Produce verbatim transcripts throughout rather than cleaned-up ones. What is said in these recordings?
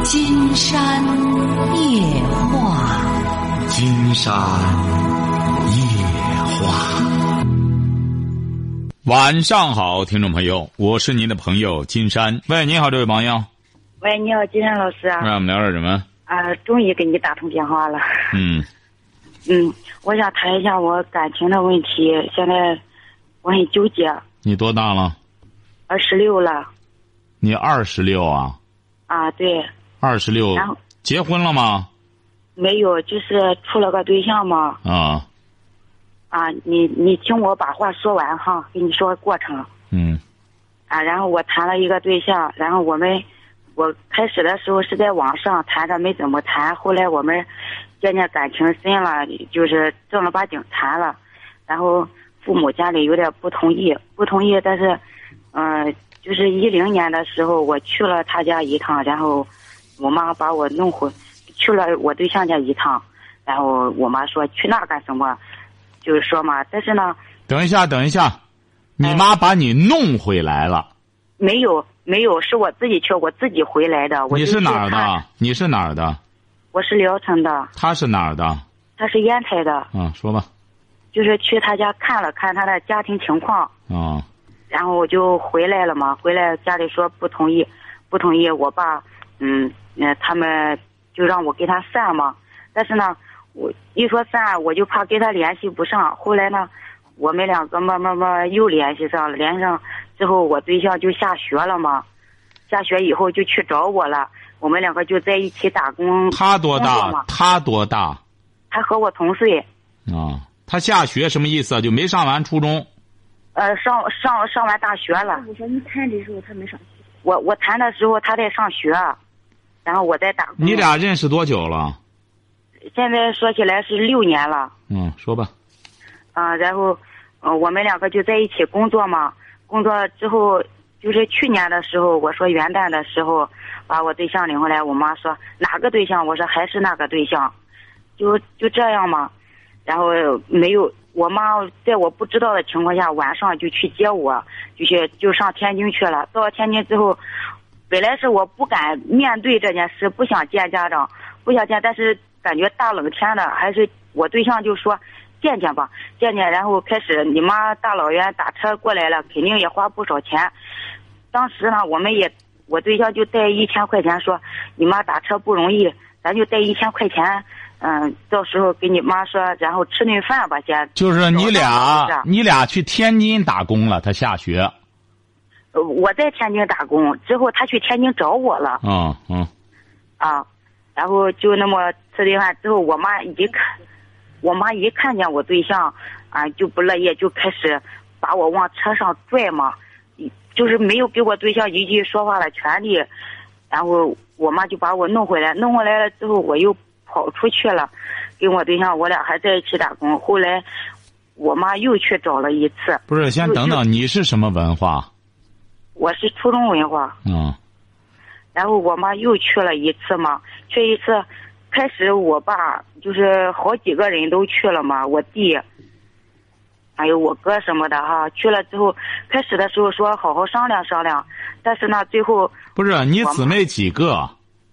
金山夜话， 金山夜话。晚上好，听众朋友，我是您的朋友金山。喂，你好，这位朋友。 喂，你好，金山老师啊。 让我们聊点什么？ 啊，终于给你打通电话了。 嗯。 嗯，我想谈一下我感情的问题，现在我很纠结。 你多大了？ 二十六了。 你二十六啊？ 啊，对。 二十六。 然后结婚了吗？ 没有，就是处了个对象嘛。 啊。 啊，你你听我把话说完哈，跟你说过程。 嗯。 啊，然后我谈了一个对象，然后我们我开始的时候是在网上谈着，没怎么谈，后来我们渐渐感情深了，就是正儿八经谈了，然后父母家里有点不同意，不同意，但是，嗯、呃，就是一零年的时候我去了他家一趟，然后我妈把我弄回去了我对象家一趟，然后我妈说去那干什么，就是说嘛，但是呢， 等一下，等一下，你妈把你弄回来了？ 哎、没有，没有，是我自己去，我自己回来的。我你是哪儿的？你是哪儿的？ 我是聊城的。 他是哪儿的？ 他是烟台的。 嗯，说吧。 就是去他家看了看他的家庭情况。 哦。 然后我就回来了嘛，回来家里说不同意，不同意，我爸，嗯，呃，他们就让我跟他散嘛。但是呢，我一说散，我就怕跟他联系不上。后来呢，我们两个慢慢慢又联系上了，联系上之后，我对象就下学了嘛。下学以后就去找我了。我们两个就在一起打工。 他多大？他多大？ 他和我同岁。 啊，他下学什么意思啊？就没上完初中？ 呃，上上上完大学了。 我说你谈的时候他没上学。 我我谈的时候他在上学，然后我在打工。 你俩认识多久了？ 现在说起来是六年了。 嗯，说吧。 啊、呃，然后，呃，我们两个就在一起工作嘛。工作之后，就是去年的时候，我说元旦的时候。把我对象领回来，我妈说哪个对象？我说还是那个对象，就就这样嘛。然后没有，我妈在我不知道的情况下，晚上就去接我，就去就上天津去了。到了天津之后，本来是我不敢面对这件事，不想见家长，不想见，但是感觉大冷天的，还是我对象就说见见吧，见见。然后开始你妈大老远打车过来了，肯定也花不少钱。当时呢，我们也。我对象就带一千块钱，说你妈打车不容易，咱就带一千块钱，嗯，到时候给你妈说，然后吃顿饭吧，先。 就是你俩，你俩去天津打工了，他下学。 呃，我在天津打工，之后他去天津找我了。 嗯嗯。 啊，然后就那么吃顿饭之后，我妈一看，我妈一看见我对象，啊，就不乐意，就开始把我往车上拽嘛。就是没有给我对象一句说话的权利，然后我妈就把我弄回来，弄回来了之后我又跑出去了，跟我对象我俩还在一起打工。后来我妈又去找了一次。 不是，先等等，你是什么文化？ 我是初中文化。 嗯。 然后我妈又去了一次嘛，去一次，开始我爸就是好几个人都去了嘛，我弟。还有我哥什么的哈，去了之后，开始的时候说好好商量商量，但是呢，最后不是你姊妹几个？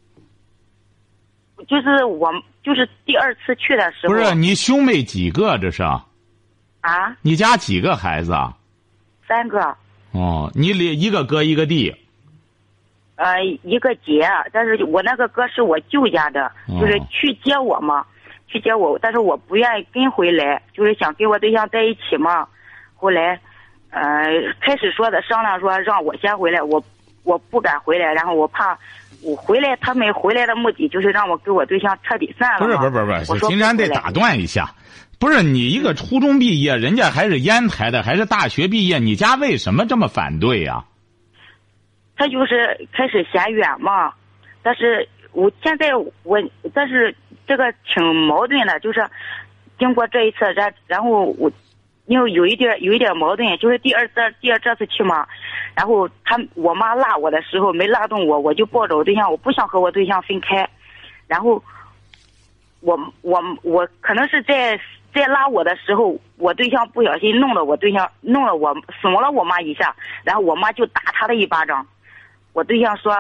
就是我，就是第二次去的时候。 不是你兄妹几个？这是啊？你家几个孩子啊？ 三个。 哦，你里一个哥一个弟。 呃，一个姐，但是我那个哥是我舅家的， 哦、 就是去接我嘛。去接我，但是我不愿意跟回来，就是想跟我对象在一起嘛。后来，呃，开始说的商量说让我先回来，我我不敢回来，然后我怕我回来，他们回来的目的就是让我跟我对象彻底散了。 不是不是不是不是， 我金山得打断一下，不是你一个初中毕业，人家还是烟台的，还是大学毕业，你家为什么这么反对呀、啊？ 他就是开始嫌远嘛，但是我现在我但是。这个挺矛盾的，就是经过这一次，然然后我因为有一点有一点矛盾，就是第二次第二这次去嘛，然后他我妈拉我的时候没拉动我，我就抱着我对象，我不想和我对象分开，然后我我我可能是在在拉我的时候，我对象不小心弄了我对象弄了我损了我妈一下，然后我妈就打他的一巴掌，我对象说。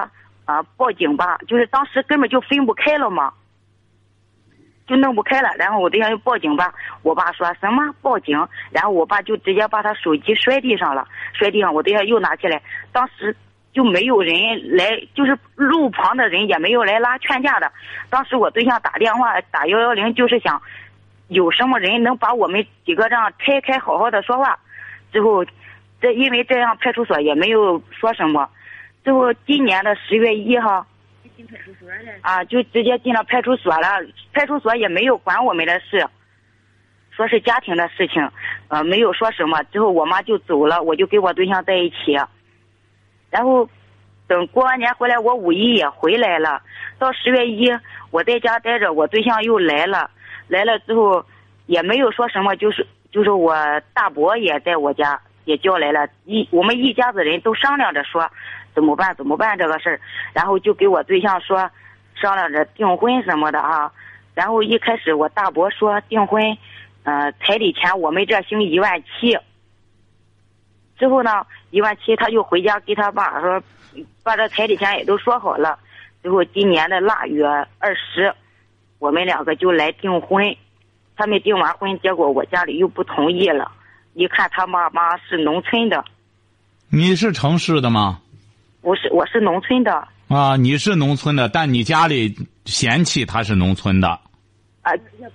啊报警吧，就是当时根本就分不开了嘛，就弄不开了。然后我对象又报警吧，我爸说什么报警，然后我爸就直接把他手机摔地上了，摔地上我对象又拿起来，当时就没有人来，就是路旁的人也没有来拉劝架的。当时我对象打电话打幺幺零，就是想有什么人能把我们几个这样拆开，好好的说话。之后这因为这样派出所也没有说什么。最后今年的十月一号进派出所了啊，就直接进了派出所了，派出所也没有管我们的事，说是家庭的事情，呃，没有说什么。之后我妈就走了，我就跟我对象在一起。然后等过完年回来，我五一也回来了。到十月一，我在家待着，我对象又来了，来了之后也没有说什么，就是就是我大伯也在我家也叫来了，一我们一家子人都商量着说怎么办怎么办这个事儿，然后就给我对象说商量着订婚什么的啊。然后一开始我大伯说订婚，呃，彩礼钱我们这行一万七。之后呢，一万七他就回家给他爸说，把这彩礼钱也都说好了。最后今年的腊月二十，我们两个就来订婚。他们订完婚，结果我家里又不同意了。一看他妈妈是农村的， 你是城市的吗？ 不是，我是农村的。 啊，你是农村的，但你家里嫌弃他是农村的。 啊，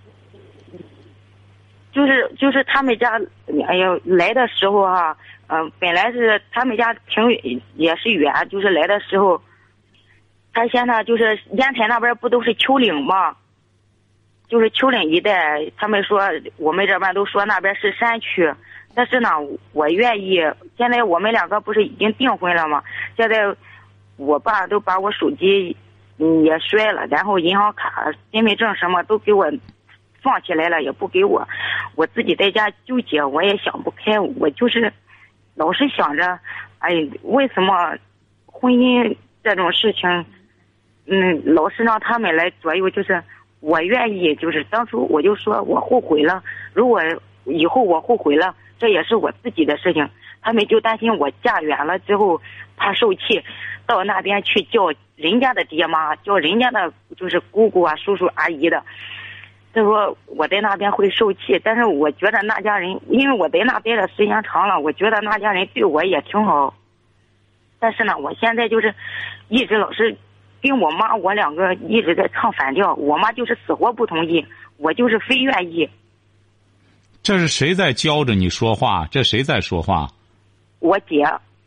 就是就是他们家，哎呀，来的时候哈、啊，嗯、呃，本来是他们家挺也是远，就是来的时候，他现在就是烟台那边不都是丘陵吗？就是丘陵一带，他们说我们这边都说那边是山区，但是呢，我愿意。现在我们两个不是已经订婚了吗？现在我爸都把我手机嗯也摔了，然后银行卡、身份证什么都给我放起来了，也不给我。我自己在家纠结，我也想不开，我就是老是想着，哎，为什么婚姻这种事情，嗯，老是让他们来左右，就是。我愿意，就是当初我就说我后悔了，如果以后我后悔了，这也是我自己的事情。他们就担心我嫁远了之后怕受气，到那边去叫人家的爹妈，叫人家的就是姑姑啊、叔叔阿姨的。他说我在那边会受气，但是我觉得那家人，因为我在那边的时间长了，我觉得那家人对我也挺好。但是呢，我现在就是一直老是。跟我妈我两个一直在唱反调，我妈就是死活不同意，我就是非愿意。 这是谁在教着你说话？这谁在说话？ 我姐。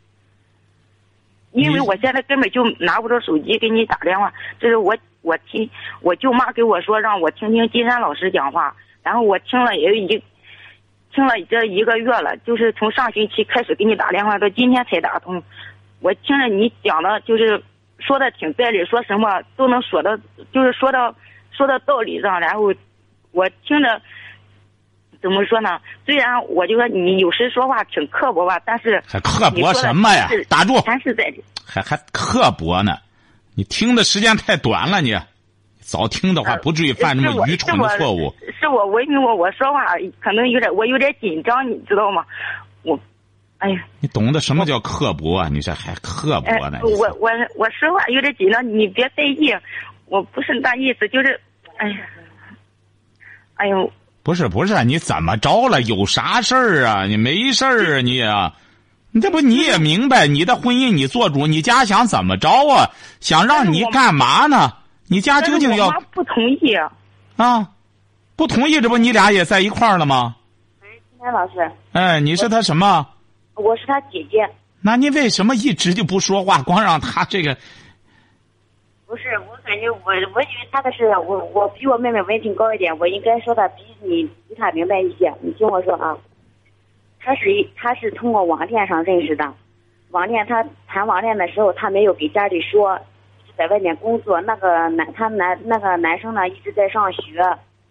因为我现在根本就拿不着手机给你打电话，这是我我听我舅妈给我说让我听听金山老师讲话，然后我听了也已经听了这一个月了，就是从上星期开始给你打电话到今天才打通。我听着你讲的就是说的挺在理，说什么都能说到，就是说到说到道理上。然后我听着怎么说呢？虽然我就说你有时说话挺刻薄吧，但是还刻薄什么呀？打住！ 全是在理， 还还刻薄呢？你听的时间太短了，你早听的话不至于犯这么愚蠢的错误。 是我，是我为什么我说话可能有点我有点紧张，你知道吗？我。哎呀， 你懂得什么叫刻薄啊？你这还刻薄呢？ 哎、我我我说话有点紧张，你别在意，我不是那意思，就是，哎呀，哎呦， 不是不是，你怎么着了？有啥事儿啊？你没事儿啊？你啊，你这不你也明白，你的婚姻你做主，你家想怎么着啊？想让你干嘛呢？你家究竟要？ 我妈不同意啊，不同意，这不你俩也在一块儿了吗？ 哎，金山老师。 哎，你是他什么？ 我是他姐姐。 那你为什么一直就不说话，光让他这个？ 不是，我感觉我我以为他的是我我比我妹妹文凭高一点，我应该说的比你比他明白一些。你听我说啊，他是他是通过网恋上认识的，网恋他谈网恋的时候，他没有给家里说，在外面工作。那个男他男那个男生呢一直在上学，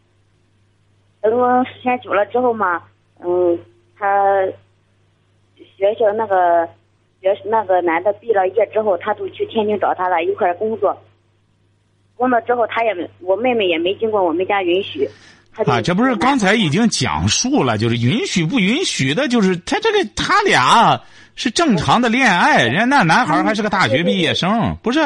等时间久了之后嘛，嗯，他。学校那个学那个男的毕了业之后，他就去天津找他了，一块工作。工作之后，他也我妹妹也没经过我们家允许。 啊，这不是刚才已经讲述了，就是允许不允许的，就是他这个他俩是正常的恋爱，人家那男孩还是个大学毕业生，不是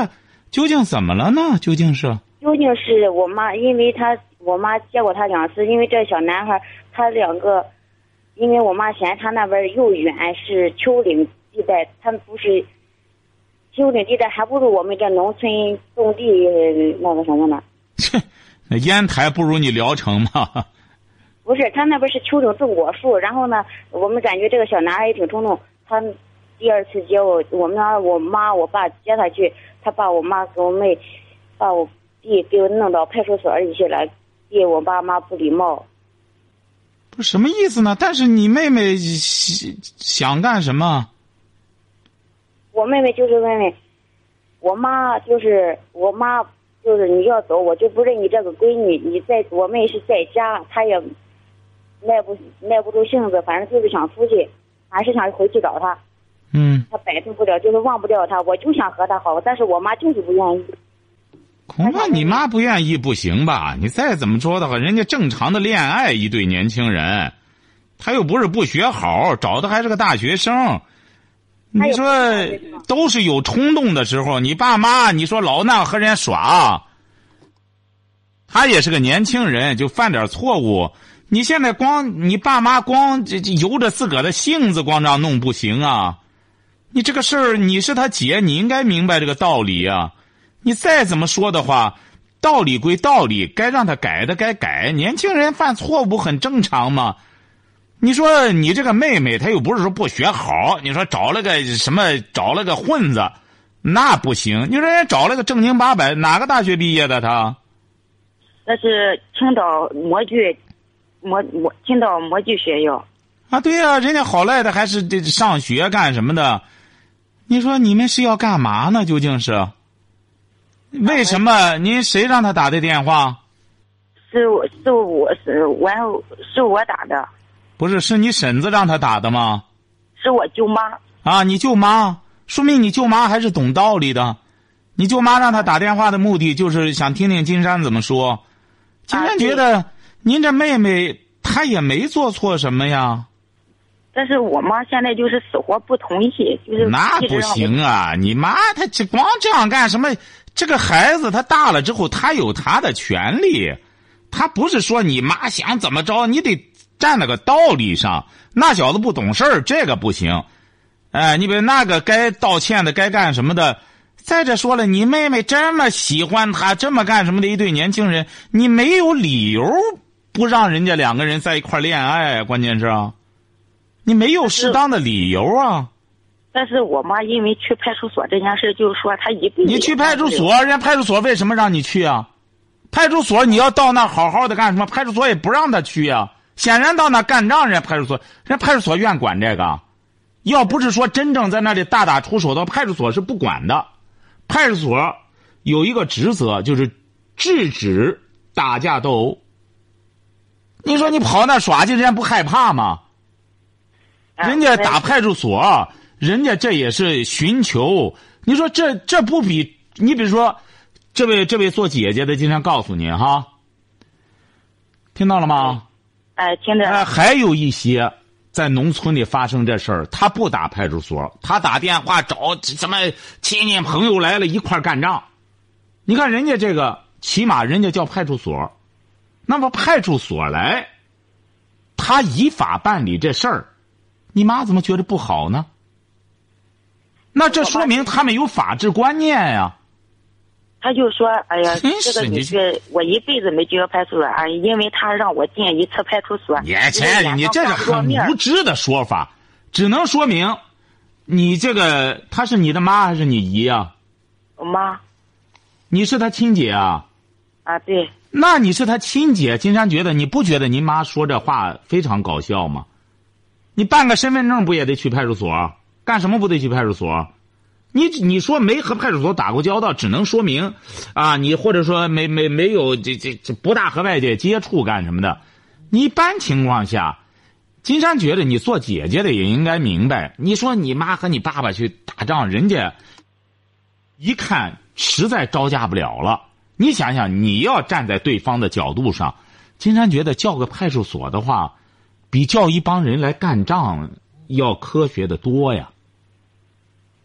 究竟怎么了呢？究竟是？ 究竟是我妈，因为她我妈接过他两次，因为这小男孩他两个，因为我妈嫌他那边又远，是丘陵地带，他们不是丘陵地带，还不如我们这农村种地那个什么呢？ 切，那烟台不如你聊城吗？ 不是，他那边是丘陵种果树，然后呢，我们感觉这个小男孩也挺冲动，他第二次接我，我们我妈我爸接他去，他把我妈跟我妹把我弟给我弄到派出所里去了，弟我爸妈不礼貌。 不是什么意思呢？但是你妹妹想干什么？ 我妹妹就是问问，我妈就是我妈就是你要走，我就不认你这个闺女。你在我妹是在家，她也耐不耐不住性子，反正就是想出去，还是想回去找她。 嗯， 她摆脱不了，就是忘不掉她。我就想和她好，但是我妈就是不愿意。 恐怕你妈不愿意不行吧？你再怎么说的话，人家正常的恋爱一对年轻人，他又不是不学好，找的还是个大学生。你说都是有冲动的时候，你爸妈你说老那和人耍，他也是个年轻人，就犯点错误。你现在光你爸妈光由着自个儿的性子光这样弄不行啊！你这个事儿你是他姐，你应该明白这个道理啊！你再怎么说的话，道理归道理，该让他改的该改。年轻人犯错误不很正常吗？你说你这个妹妹，她又不是说不学好，你说找了个什么，找了个混子，那不行。你说人家找了个正经八百，哪个大学毕业的他？ 那是青岛模具，模模青岛模具学校。 啊，对呀、啊，人家好赖的还是这上学干什么的？你说你们是要干嘛呢？究竟是？为什么？您谁让他打的电话？ 是我是我是完是我打的。 不是，是你婶子让他打的吗？ 是我舅妈。 啊，你舅妈，说明你舅妈还是懂道理的。你舅妈让他打电话的目的就是想听听金山怎么说。金山觉得您这妹妹她也没做错什么呀。 但是我妈现在就是死活不同意，就是那不行啊！你妈她这光这样干什么？这个孩子他大了之后，他有他的权利，他不是说你妈想怎么着，你得站那个道理上。那小子不懂事儿，这个不行。哎，你比如那个该道歉的，该干什么的。再者说了，你妹妹这么喜欢他，这么干什么的一对年轻人，你没有理由不让人家两个人在一块恋爱。关键是啊，你没有适当的理由啊。 但是我妈因为去派出所这件事，就是说她一辈子。 你去派出所，人家派出所为什么让你去啊？派出所你要到那好好的干什么？派出所也不让他去啊。显然到那干仗，人家派出所，人家派出所愿管这个。要不是说真正在那里大打出手的，派出所是不管的。派出所有一个职责，就是制止打架斗殴。你说你跑那耍去，人家不害怕吗？人家打派出所。人家这也是寻求，你说这这不比你比如说，这位这位做姐姐的经常告诉你哈，听到了吗？ 哎，听着。 哎，还有一些在农村里发生这事儿，他不打派出所，他打电话找什么亲戚朋友来了一块干仗。你看人家这个，起码人家叫派出所，那么派出所来，他依法办理这事儿，你妈怎么觉得不好呢？那这说明他们有法治观念呀。 他就说：“哎呀，这个女婿我一辈子没进过派出所啊，因为他让我进一次派出所。” 你这你这是很无知的说法，只能说明你这个她是你的妈还是你姨啊？ 我妈。 你是她亲姐啊？ 啊，对。 那你是她亲姐，金山觉得你不觉得您妈说这话非常搞笑吗？你办个身份证不也得去派出所？干什么不得去派出所？你你说没和派出所打过交道，只能说明啊，你或者说没没没有这这这不大和外界接触干什么的。你一般情况下，金山觉得你做姐姐的也应该明白，你说你妈和你爸爸去打仗，人家一看实在招架不了了。你想想，你要站在对方的角度上，金山觉得叫个派出所的话，比叫一帮人来干仗要科学的多呀。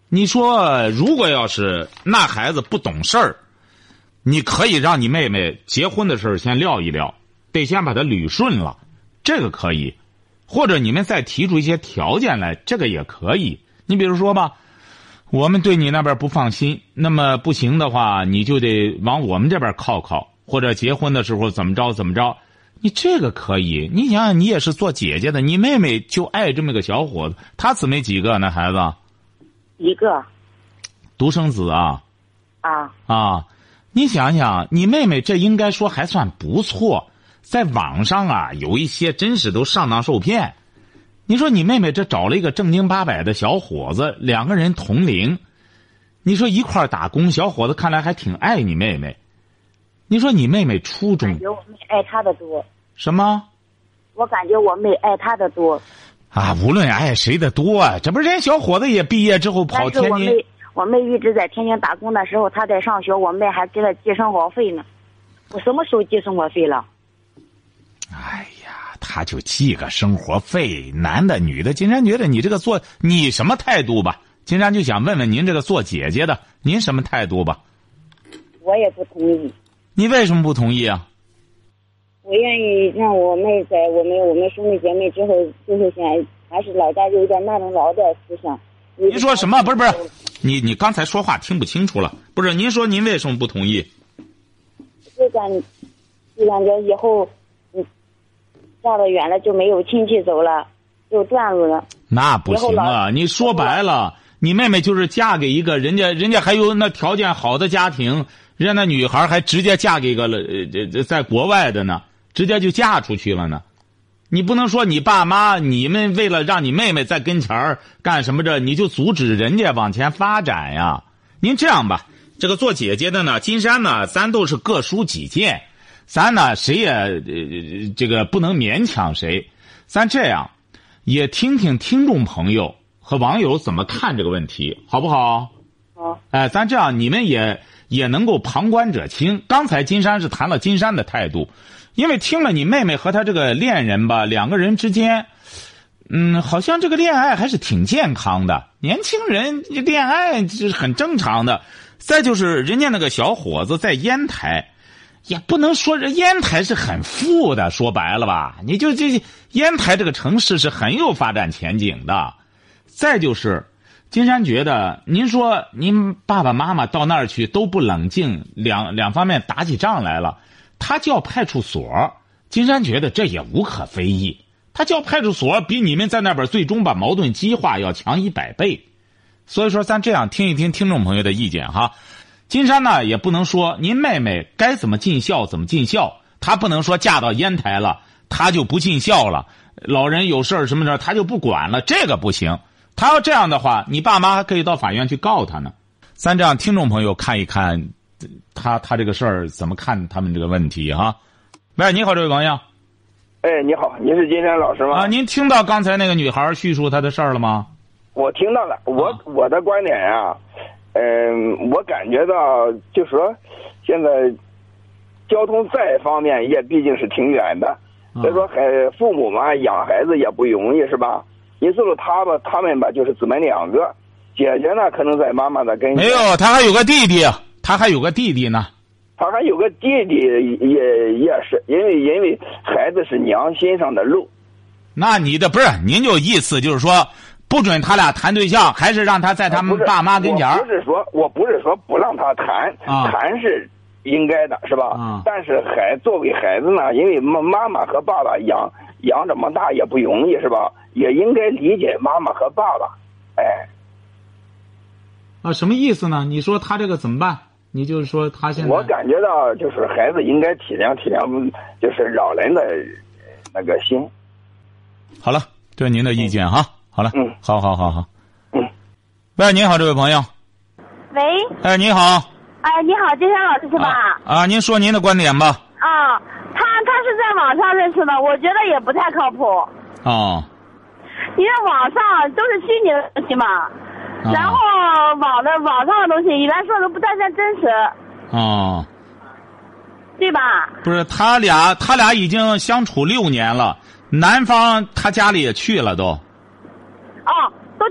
你说如果要是那孩子不懂事儿，你可以让你妹妹结婚的事儿先撂一撂，得先把他捋顺了，这个可以。或者你们再提出一些条件来，这个也可以。你比如说吧，我们对你那边不放心，那么不行的话，你就得往我们这边靠靠，或者结婚的时候怎么着怎么着，你这个可以。你想想，你也是做姐姐的，你妹妹就爱这么个小伙子，他姊妹几个呢？孩子一个， 独生子啊。 啊啊，你想想，你妹妹这应该说还算不错，在网上啊有一些真是都上当受骗。你说你妹妹这找了一个正经八百的小伙子，两个人同龄，你说一块儿打工，小伙子看来还挺爱你妹妹。你说你妹妹初中， 感觉我妹爱他的多。 什么？ 我感觉我妹爱他的多。 啊，无论爱谁的多啊，这不是人小伙子也毕业之后跑天津。 但是我妹，我妹一直在天津打工的时候，她在上学，我妹还给她寄生活费呢。我什么时候寄生活费了？ 哎呀，他就寄个生活费，男的女的，金山觉得你这个做你什么态度吧？金山就想问问您这个做姐姐的，您什么态度吧？ 我也不同意。 你为什么不同意啊？ 我愿意让我妹在我们我们兄弟姐妹之后，就是想还是老家有点那种老的思想。 您说什么？不是不是，你你刚才说话听不清楚了。不是，您说您为什么不同意？ 就感就感觉以后嗯嫁得远了就没有亲戚走了，就断路了。 那不行啊！你说白了，你妹妹就是嫁给一个人家，人家还有那条件好的家庭，人家那女孩还直接嫁给一个了这这在国外的呢，直接就嫁出去了呢。你不能说你爸妈你们为了让你妹妹在跟前儿干什么着，你就阻止人家往前发展呀。您这样吧，这个做姐姐的呢，金山呢，咱都是各抒己见，咱呢谁也、呃、这个不能勉强谁，咱这样也听听听众朋友和网友怎么看这个问题，好不好？ 好。 哎，咱这样你们也也能够旁观者清。刚才金山是谈了金山的态度，因为听了你妹妹和她这个恋人吧，两个人之间，嗯，好像这个恋爱还是挺健康的。年轻人恋爱是很正常的。再就是人家那个小伙子在烟台，也不能说这烟台是很富的，说白了吧，你就这烟台这个城市是很有发展前景的。再就是金山觉得，您说您爸爸妈妈到那儿去都不冷静，两两方面打起仗来了，他叫派出所，金山觉得这也无可非议。他叫派出所比你们在那边最终把矛盾激化要强一百倍。所以说咱这样听一听听众朋友的意见哈。金山呢也不能说您妹妹该怎么尽孝怎么尽孝，她不能说嫁到烟台了她就不尽孝了，老人有事儿什么的她就不管了，这个不行。她要这样的话，你爸妈还可以到法院去告她呢。咱这样听众朋友看一看他他这个事儿怎么看他们这个问题哈。喂，你好，这位朋友。 哎，你好，您是金山老师吗？ 啊，您听到刚才那个女孩叙述她的事儿了吗？ 我听到了，我、啊、我的观点呀、啊，嗯、呃，我感觉到就是说，现在交通在方面也毕竟是挺远的，所以说孩父母嘛养孩子也不容易是吧？你说说他吧，他们吧就是姊妹两个，姐姐呢可能在妈妈的跟前。 没有，他还有个弟弟，他还有个弟弟呢。 他还有个弟弟也也是，因为因为孩子是娘心上的肉。 那你的不是您就意思就是说不准他俩谈对象，还是让他在他们爸妈跟前？ 我不是说我不是说不让他谈， 啊、 谈是应该的，是吧？ 啊、 但是孩作为孩子呢，因为妈妈妈和爸爸养养这么大也不容易，是吧？也应该理解妈妈和爸爸。哎， 啊，什么意思呢？你说他这个怎么办？你就是说他现在， 我感觉到就是孩子应该体谅体谅，就是老人的那个心。 好了，这是您的意见哈。好了， 嗯， 好好好好， 嗯。 喂，你好，这位朋友。 喂。 哎，你好。 哎，你好，金山老师是吧？ 啊，啊您说您的观点吧。 啊，他他是在网上认识的，我觉得也不太靠谱。 哦。 因为网上都是虚拟的东西嘛。 哦、 然后网的网上的东西一般说的不太算真实。 哦。 对吧？ 不是，他俩他俩已经相处六年了，男方他家里也去了都。 哦，都去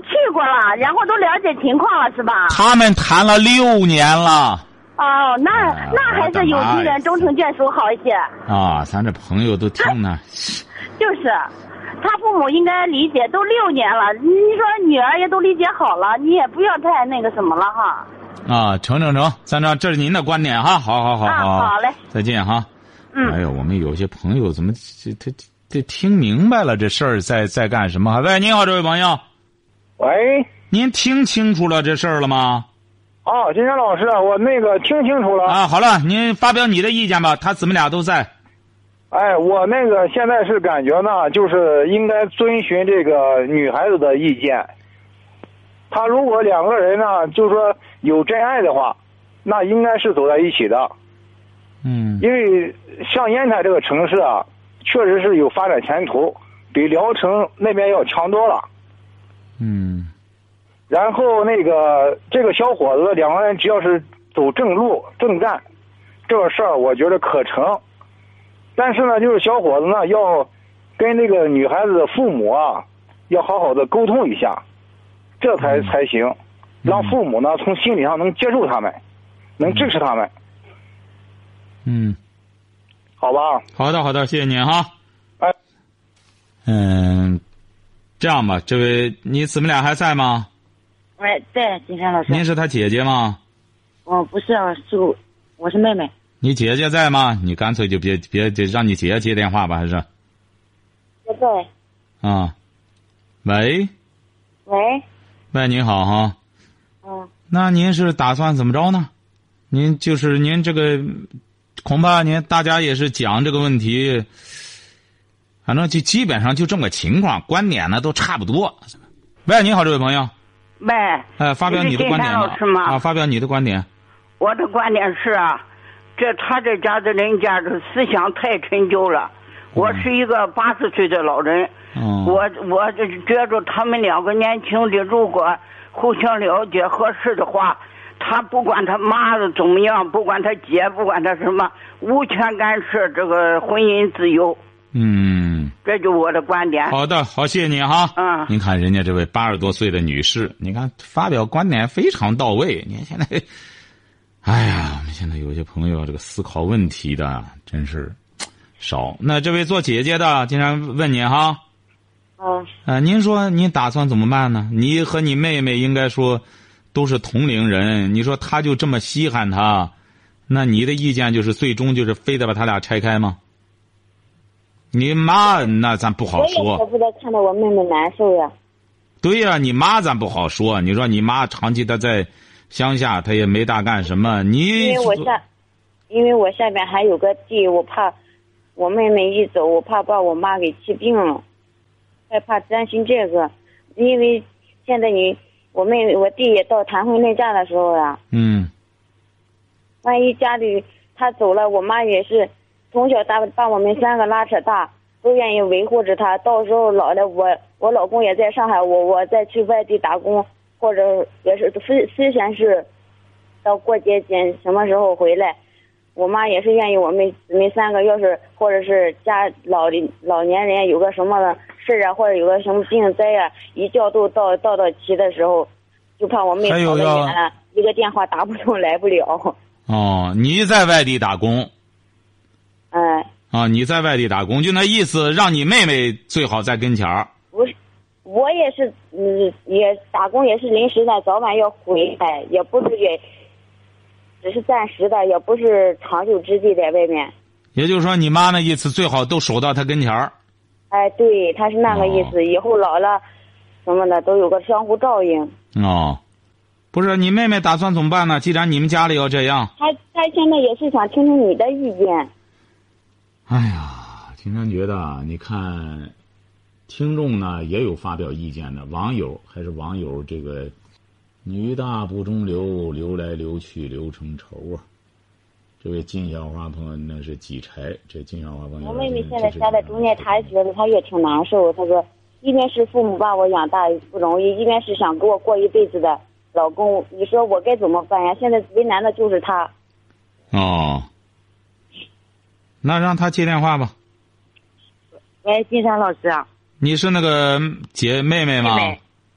去过了，然后都了解情况了，是吧？ 他们谈了六年了。 哦，那、 哎、 那还是有情人终成眷属好一些。 啊，咱这朋友都听呢。 就是，他父母应该理解，都六年了，你说女儿也都理解好了，你也不要太那个什么了哈。 啊，成成成，站长，这是您的观点哈，好好好好、 啊，好嘞， 再见哈。 嗯。 哎呦，我们有些朋友怎么这这这听明白了这事儿，在在干什么？喂，你好，这位朋友。 喂。 您听清楚了这事儿了吗？ 哦，金山老师，我那个听清楚了。 啊，好了，您发表你的意见吧，他姊妹俩都在。 哎，我那个现在是感觉呢，就是应该遵循这个女孩子的意见。他如果两个人呢，就是说有真爱的话，那应该是走在一起的。 嗯。 因为像烟台这个城市啊，确实是有发展前途，比聊城那边要强多了。 嗯。 然后那个这个小伙子两个人只要是走正路正干，这个事儿我觉得可成。但是呢，就是小伙子呢要跟这个女孩子的父母啊，要好好的沟通一下，这才、嗯、才行，让父母呢从心理上能接受他们，能支持他们。 嗯， 好吧。 好的，好的，谢谢您哈。 哎， 嗯，这样吧，这位你姊妹俩还在吗？ 哎，对，金山老师。 您是他姐姐吗？ 我不是，是我是妹妹。 你姐姐在吗？你干脆就别别就让你姐姐接电话吧，还是？ 不在。 啊，喂。 喂。 喂，您好哈。 嗯。 那您是打算怎么着呢？您就是您这个，恐怕您大家也是讲这个问题，反正就基本上就这么个情况，观点呢都差不多。喂，你好，这位朋友。 喂。 哎，发表你的观点老师吗？ 啊，发表你的观点。 我的观点是啊。这他这家的人家的思想太陈旧了。我是一个八十岁的老人， 嗯、 我我觉着他们两个年轻的，如果互相了解合适的话，他不管他妈的怎么样，不管他姐，不管他什么，无权干涉这个婚姻自由。 嗯， 这就是我的观点。 好的，好，谢谢你哈。 嗯， 您看人家这位八十多岁的女士，你看发表观点非常到位。你看现在。哎呀，我们现在有些朋友这个思考问题的真是少。那这位做姐姐的，经常问你哈。 嗯。 呃，您说您打算怎么办呢？你和你妹妹应该说都是同龄人，你说他就这么稀罕他，那你的意见就是最终就是非得把他俩拆开吗？你妈那咱不好说。 我也舍不得看到我妹妹难受呀。 对呀、啊，你妈咱不好说。你说你妈长期她在。乡下他也没大干什么，你因为我下，因为我下边还有个地，我怕我妹妹一走，我怕把我妈给气病了，害怕担心这个，因为现在你我妹妹我弟也到谈婚论嫁的时候呀， 嗯， 万一家里他走了，我妈也是从小大把我们三个拉扯大，都愿意维护着他，到时候老了我我老公也在上海，我我再去外地打工。或者也是思思想是，到过节前什么时候回来，我妈也是愿意我们姊妹三个，要是或者是家老老年人有个什么事啊，或者有个什么病灾啊，一觉都到到到齐的时候，就怕我妹跑得远，一个电话打不通来不了。 哦，你在外地打工。 嗯。 啊，你在外地打工，就那意思，让你妹妹最好在跟前儿。 不是。我也是，嗯，也打工也是临时的，早晚要回来，也不是也，只是暂时的，也不是长久之计在外面。 也就是说，你妈那意思最好都守到她跟前儿。 哎，对，她是那个意思，哦、以后老了，什么的都有个相互照应。 哦，不是，你妹妹打算怎么办呢？既然你们家里要这样， 她她现在也是想听听你的意见。 哎呀，经常觉得，你看。听众呢也有发表意见的，网友还是网友这个女大不中留，流来流去流成愁啊。这位金小花朋友那是几柴，这金小花朋友。 我妹妹现在夹在中间，她觉得她也挺难受。她说，一边是父母把我养大不容易，一边是想给我过一辈子的老公，你说我该怎么办呀？现在为难的就是他。 哦，那让他接电话吧。 喂，金山老师啊。 你是那个姐妹妹吗？ 妹妹，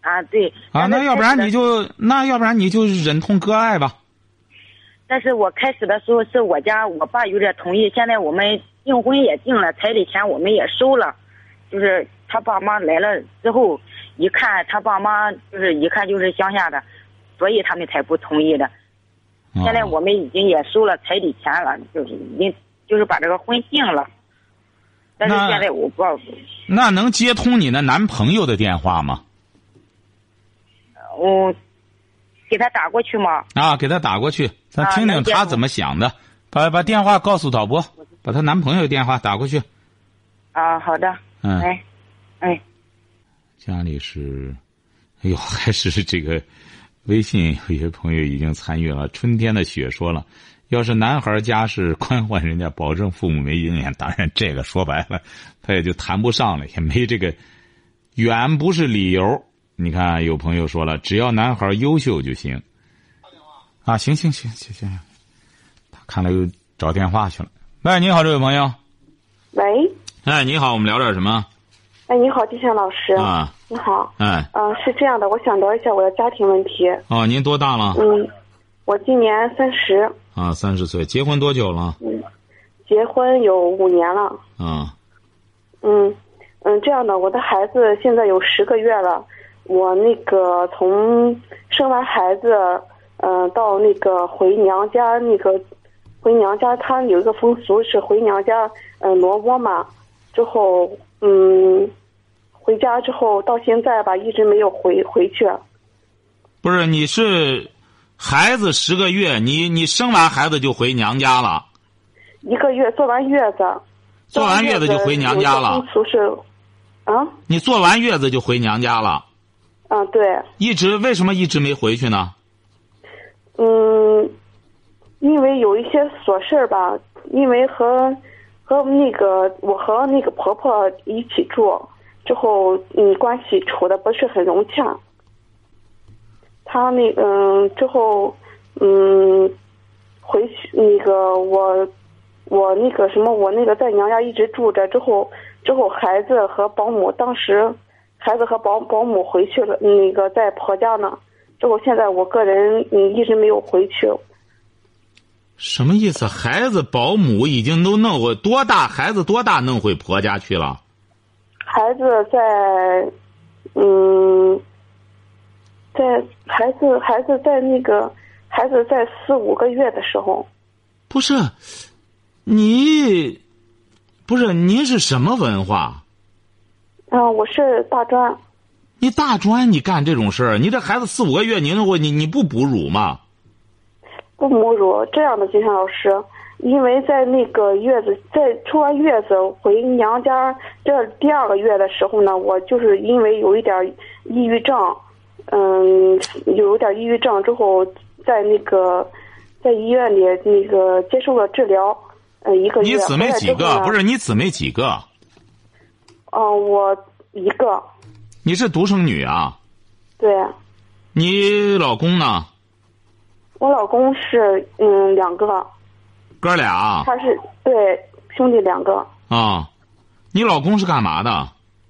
啊，对。 啊，那要不然你就那要不然你就忍痛割爱吧。 但是我开始的时候是我家我爸有点同意，现在我们订婚也定了，彩礼钱我们也收了，就是他爸妈来了之后，一看他爸妈就是一看就是乡下的，所以他们才不同意的。 哦、 现在我们已经也收了彩礼钱了，就是已经就是把这个婚定了。但是现在我不知道。 那能接通你的男朋友的电话吗？ 我给他打过去吗？ 啊，给他打过去，咱听听他怎么想的。啊、把把电话告诉导播，把他男朋友电话打过去。 啊，好的。 嗯。 哎，哎。 家里是，哎呦，还是这个微信有些朋友已经参与了。春天的雪说了，要是男孩家是宽换人家，保证父母没经验。当然，这个说白了，他也就谈不上了，也没这个，远不是理由。你看，有朋友说了，只要男孩优秀就行。啊，行行行行行，他看来又找电话去了。喂，你好，这位朋友。 喂。 哎，你好，我们聊点什么？ 哎，你好，地山老师。 啊。 你好。 哎。 嗯、呃，是这样的，我想聊一下我的家庭问题。 哦，您多大了？ 嗯，我今年三十。 啊，三十岁，结婚多久了？ 嗯，结婚有五年了。 啊。 嗯嗯，这样的，我的孩子现在有十个月了。我那个从生完孩子，嗯、呃，到那个回娘家，那个回娘家，他有一个风俗是回娘家，嗯、呃，挪窝嘛。之后，嗯，回家之后到现在吧，一直没有回回去。 不是，你是孩子十个月，你你生完孩子就回娘家了？ 一个月做完月子。 做完月子就回娘家了。 风俗是，啊？ 你做完月子就回娘家了？ 啊，对。 一直为什么一直没回去呢？ 嗯，因为有一些琐事吧，因为和和那个我和那个婆婆一起住之后，嗯，关系处的不是很融洽。她那嗯之后嗯回去那个我我那个什么我那个在娘家一直住着之后之后孩子和保姆当时。孩子和保保姆回去了，那个在婆家呢。之后现在我个人嗯一直没有回去。 什么意思？孩子保姆已经都弄回多大？孩子多大弄回婆家去了？ 孩子在，嗯，在孩子孩子在那个孩子在四五个月的时候。 不是，你，不是您是什么文化？ 嗯、呃，我是大专。 你大专，你干这种事儿？你这孩子四五个月，你我你你不哺乳吗？ 不母乳，这样的金山老师，因为在那个月子，在出完月子回娘家这第二个月的时候呢，我就是因为有一点抑郁症，嗯，有一点抑郁症之后，在那个在医院里那个接受了治疗，呃，一个月。 你姊妹几个？不是你姊妹几个？ 哦、呃，我一个。 你是独生女啊？ 对。 你老公呢？ 我老公是嗯两个。 哥俩？ 他是对兄弟两个。 啊，你老公是干嘛的？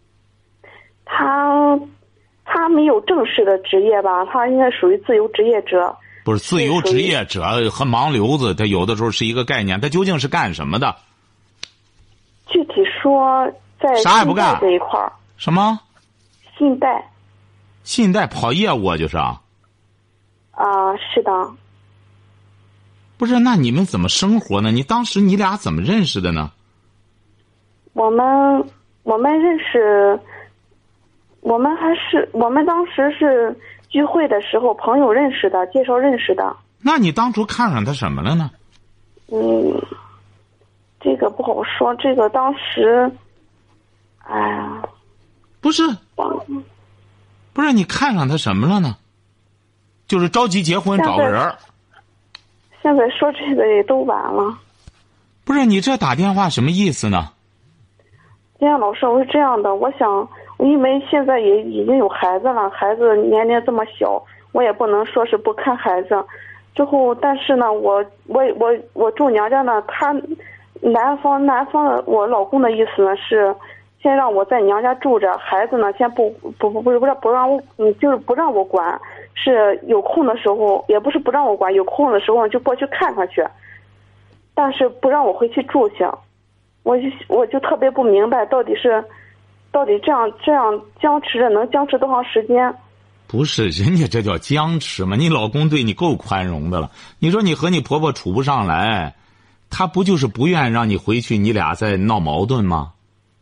他他没有正式的职业吧，他应该属于自由职业者。 不是自由职业者和盲流子，他有的时候是一个概念，他究竟是干什么的？ 具体说，在啥也不干这一块儿。 什么？ 信贷。 信贷跑业务就是啊。 啊、呃，是的。 不是，那你们怎么生活呢？你当时你俩怎么认识的呢？ 我们我们认识，我们还是我们当时是聚会的时候朋友认识的，介绍认识的。 那你当初看上他什么了呢？ 嗯，这个不好说。这个当时，哎呀， 不是，不是你看上他什么了呢？就是着急结婚找个人。 现在说这个也都晚了。 不是你这打电话什么意思呢？ 金山老师，我是这样的，我想，因为现在也已经有孩子了，孩子年龄这么小，我也不能说是不看孩子。之后，但是呢，我我我我住娘家呢，他男方男方的我老公的意思呢是， 先让我在娘家住着，孩子呢先不不不不不不让我，嗯，就是不让我管，是有空的时候，也不是不让我管，有空的时候就过去看看去，但是不让我回去住下，我就我就特别不明白，到底是，到底这样这样僵持着能僵持多长时间？ 不是，人家这叫僵持嘛？你老公对你够宽容的了，你说你和你婆婆处不上来，他不就是不愿让你回去，你俩在闹矛盾吗？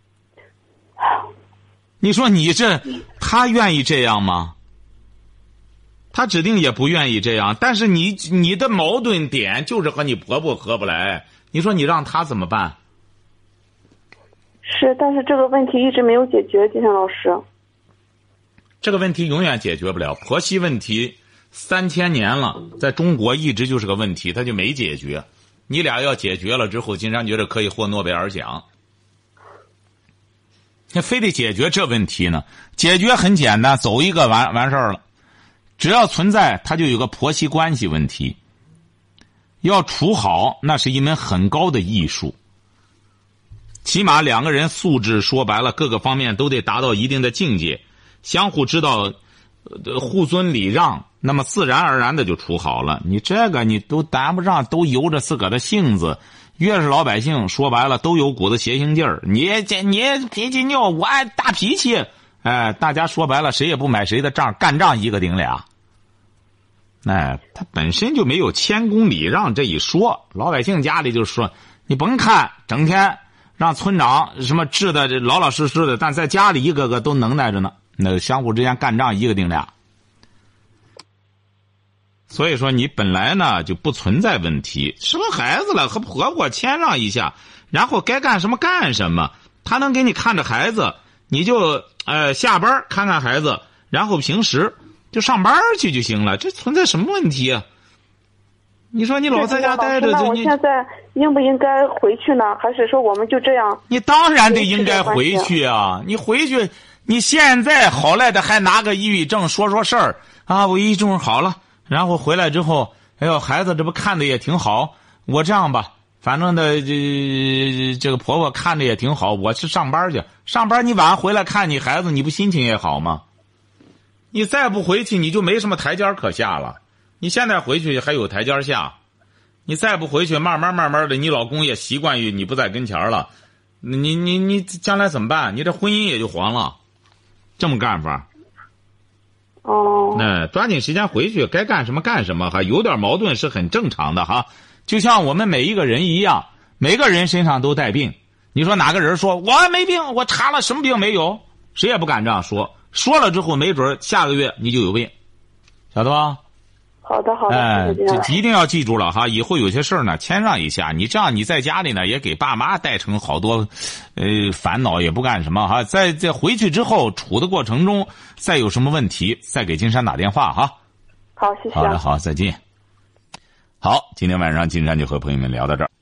你说你这，他愿意这样吗？他指定也不愿意这样。但是你你的矛盾点就是和你婆婆合不来，你说你让他怎么办？ 是，但是这个问题一直没有解决，金山老师。 这个问题永远解决不了，婆媳问题三千年了，在中国一直就是个问题，他就没解决。你俩要解决了之后，金山觉得可以获诺贝尔奖。你非得解决这问题呢？解决很简单，走一个完完事儿了。只要存在，它就有个婆媳关系问题。要处好，那是一门很高的艺术。起码两个人素质说白了，各个方面都得达到一定的境界，相互知道、呃、互尊礼让，那么自然而然的就处好了。你这个你都谈不上，都由着自个儿的性子。越是老百姓，说白了都有股子邪性劲儿。你这你脾气拗，我爱大脾气，哎，大家说白了谁也不买谁的账，干仗一个顶俩。哎，他本身就没有谦恭礼让这一说。老百姓家里就说，你甭看整天让村长什么治的老老实实的，但在家里一个个都能耐着呢。那相互之间干仗一个顶俩。所以说你本来呢就不存在问题，生孩子了和婆婆谦让一下，然后该干什么干什么，他能给你看着孩子，你就呃下班看看孩子，然后平时就上班去就行了，这存在什么问题啊？你说你老在家待着， 那我现在应不应该回去呢？还是说我们就这样？ 你当然得应该回去啊！你回去，你现在好赖的还拿个抑郁症说说事儿啊，我抑郁症好了。然后回来之后，哎呦，孩子这不看的也挺好。我这样吧，反正的这这个婆婆看的也挺好。我去上班去，上班你晚上回来看你孩子，你不心情也好吗？你再不回去，你就没什么台阶可下了。你现在回去还有台阶下，你再不回去，慢慢慢慢的，你老公也习惯于你不在跟前了。你你你将来怎么办？你这婚姻也就黄了。这么干法。 哦， 那抓紧时间回去，该干什么干什么哈，有点矛盾是很正常的哈。就像我们每一个人一样，每个人身上都带病。你说哪个人说我没病，我查了什么病没有？谁也不敢这样说。说了之后，没准下个月你就有病，晓得吧？ 好的，好的， 哎，这一定要记住了哈！以后有些事儿呢，谦让一下。你这样你在家里呢，也给爸妈带成好多，呃，烦恼也不干什么哈。在在回去之后处的过程中，再有什么问题，再给金山打电话哈。 好，谢谢。 好的，好，再见。好，今天晚上金山就和朋友们聊到这儿。